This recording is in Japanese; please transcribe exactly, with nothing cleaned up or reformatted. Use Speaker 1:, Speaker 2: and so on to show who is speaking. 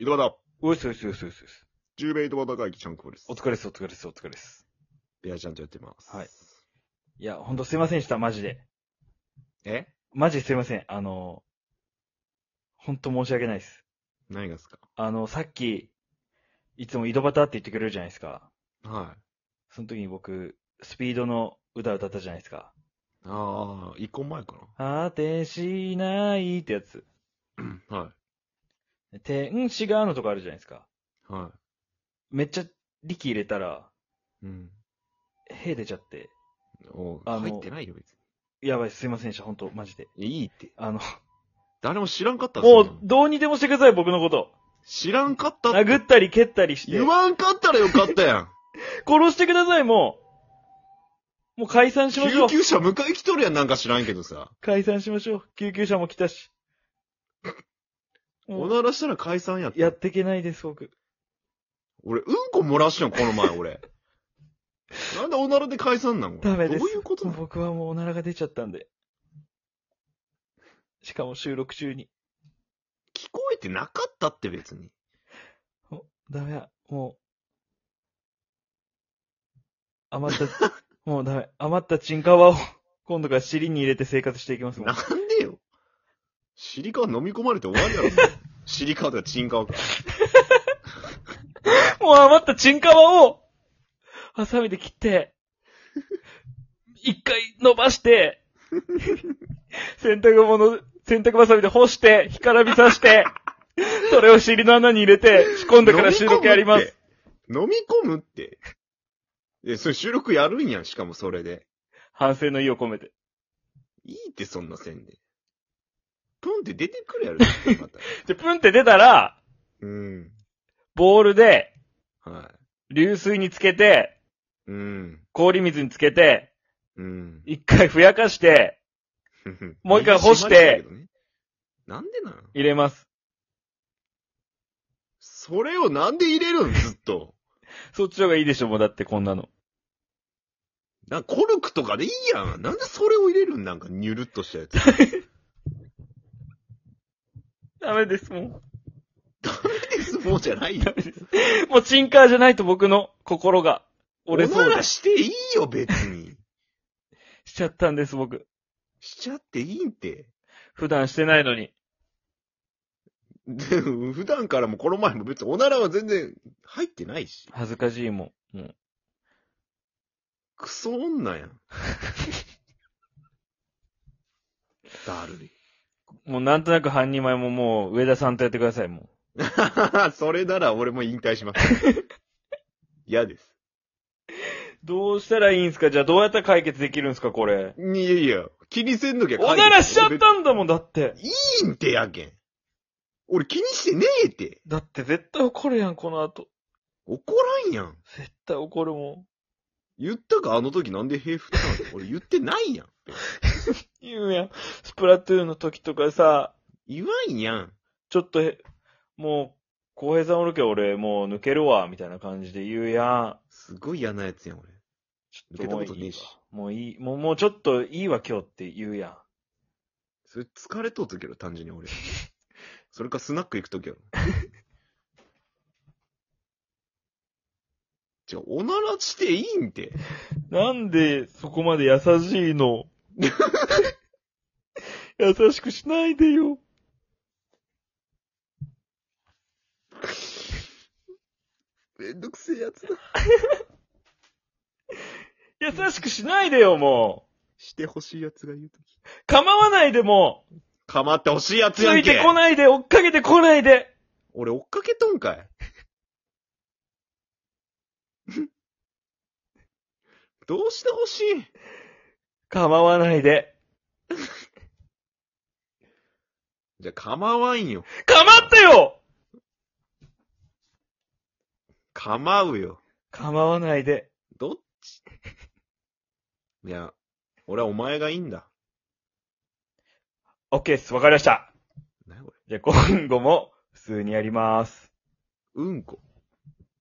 Speaker 1: 井戸端。
Speaker 2: おいすおいすおいすおいす。
Speaker 1: 十名井戸端会議ちゃんこです。
Speaker 2: お疲れです、お疲れです、お疲れです。
Speaker 1: いや、ちゃんとやってます。
Speaker 2: はい。いや、ほんとすいませんでした、マジで。
Speaker 1: え
Speaker 2: マジですいません。あの、ほんと申し訳ないです。
Speaker 1: 何がですか？
Speaker 2: あの、さっき、いつも井戸端って言ってくれるじゃないですか。
Speaker 1: はい。
Speaker 2: その時に僕、スピードの歌歌ったじゃないですか。
Speaker 1: ああ、一個前か
Speaker 2: 果てしないってやつ。
Speaker 1: な。は
Speaker 2: 天使側のとこあるじゃないですか。
Speaker 1: い。は
Speaker 2: めっちゃ力入れたら、
Speaker 1: い。うん。
Speaker 2: へ出ちゃって。
Speaker 1: おう
Speaker 2: あの
Speaker 1: 入ってないよ、別
Speaker 2: やばい、すいませんでした、ほんと、マジで。
Speaker 1: に。いいって。
Speaker 2: あの、
Speaker 1: 誰も知らんかったっす
Speaker 2: もう
Speaker 1: よ、
Speaker 2: どうにでもしてください、僕のこと。
Speaker 1: 知らんかったって。
Speaker 2: 殴ったり蹴ったりして。
Speaker 1: 言わんかったらよかったやん。
Speaker 2: 殺してください、もう。もう解散しましょう。
Speaker 1: 救急車迎え来とるやん、なんか知らんけどさ。
Speaker 2: 解散しましょう。救急車も来たし。も
Speaker 1: お
Speaker 2: う
Speaker 1: ならしたら解散やった。
Speaker 2: やってけないです、僕。
Speaker 1: 俺、うんこ漏らしたん、この前、俺。なんでおならで解散なん
Speaker 2: ダメです。
Speaker 1: どういうことなの？
Speaker 2: 僕はもうおならが出ちゃったんで。しかも収録中に。
Speaker 1: 聞こえてなかったって別に。
Speaker 2: おダメや。もう。余った、もうダメ。余ったチンカワを今度から尻に入れて生活していきますもん。
Speaker 1: なんでよ。シリカワ飲み込まれて終わりやろ。シリカワとかチンカワか。
Speaker 2: もう余ったチンカワを、ハサミで切って、一回伸ばして、洗濯物、洗濯バサミで干して、干からびさして、それを尻の穴に入れて、仕込んでから収録やります。
Speaker 1: 飲み込むって。え、それ収録やるんやん、しかもそれで。
Speaker 2: 反省の意を込めて。
Speaker 1: いいってそんなせんで。プンって出てくるやろ、また。
Speaker 2: で、プンって出たら、
Speaker 1: うん。
Speaker 2: ボールで、
Speaker 1: は
Speaker 2: 流水につけて、
Speaker 1: い。うん。
Speaker 2: 氷水につけて、
Speaker 1: うん。
Speaker 2: 一回ふやかして、もう一回干して、
Speaker 1: なんでなん
Speaker 2: 入れます。
Speaker 1: それをなんで入れるんずっと。
Speaker 2: そっちの方がいいでしょ、もうだってこんなの。
Speaker 1: なんかコルクとかでいいやん。なんでそれを入れるんなんかニュルっとしたやつ。
Speaker 2: ダメです、もう。
Speaker 1: ダメです、もうじゃないよ。
Speaker 2: もうチンカーじゃないと僕の心が折れそうで
Speaker 1: おならしていいよ、別に。
Speaker 2: しちゃったんです、僕。
Speaker 1: しちゃっていいんて。
Speaker 2: 普段してないのに。
Speaker 1: でも普段からもこの前も別におならは全然入ってないし。
Speaker 2: 恥ずかしいもん。もう。
Speaker 1: クソ女やん。だるい。
Speaker 2: もうなんとなく半人前ももう上田さんとやってください、も
Speaker 1: それなら俺も引退します。嫌です。
Speaker 2: う。どうしたらいいんすか？じゃあどうやったら解決できるんすか、これ。
Speaker 1: いやいや、気にせんのきゃ
Speaker 2: おならしちゃったんだもん、だって。
Speaker 1: いいんてやけん。俺気にしてねえって。
Speaker 2: だって絶対怒るやん、この後。
Speaker 1: 怒らんやん。
Speaker 2: 絶対怒るも
Speaker 1: 言ったかあの時なんで塀振ったの？俺言ってないやん。
Speaker 2: ん。言うやん。スプラトゥーンの時とかさ、
Speaker 1: 言わんやん。
Speaker 2: ちょっとへ、もう、浩平さんおるけど俺もう抜けるわ、みたいな感じで言うやん。
Speaker 1: すごい嫌なやつやん、俺。抜けたことねえし。
Speaker 2: もういい、もう、もうちょっといいわ今日って言うやん。
Speaker 1: それ疲れとうときやろ、単純に俺。それかスナック行くときやろ。違う、おならしていいんて。
Speaker 2: なんでそこまで優しいの？優しくしないでよ。
Speaker 1: めんどくせえやつだ。
Speaker 2: 優しくしないでよ、もう。
Speaker 1: してほしいやつが言うとき。
Speaker 2: 構わないでも
Speaker 1: かまってほしいや
Speaker 2: う。つい
Speaker 1: つやんけ。
Speaker 2: てこないで、追っかけてこないで。
Speaker 1: 俺追っかけとんかい。どうしてほしい？
Speaker 2: 構わないで。
Speaker 1: じゃあ構わんよ。
Speaker 2: 構ってよ！
Speaker 1: 構うよ。
Speaker 2: 構わないで。
Speaker 1: どっち？いや、俺はお前がいいんだ。
Speaker 2: オッケーっす、わかりました。
Speaker 1: 何これ？
Speaker 2: じゃあ今後も普通にやります。
Speaker 1: うんこ。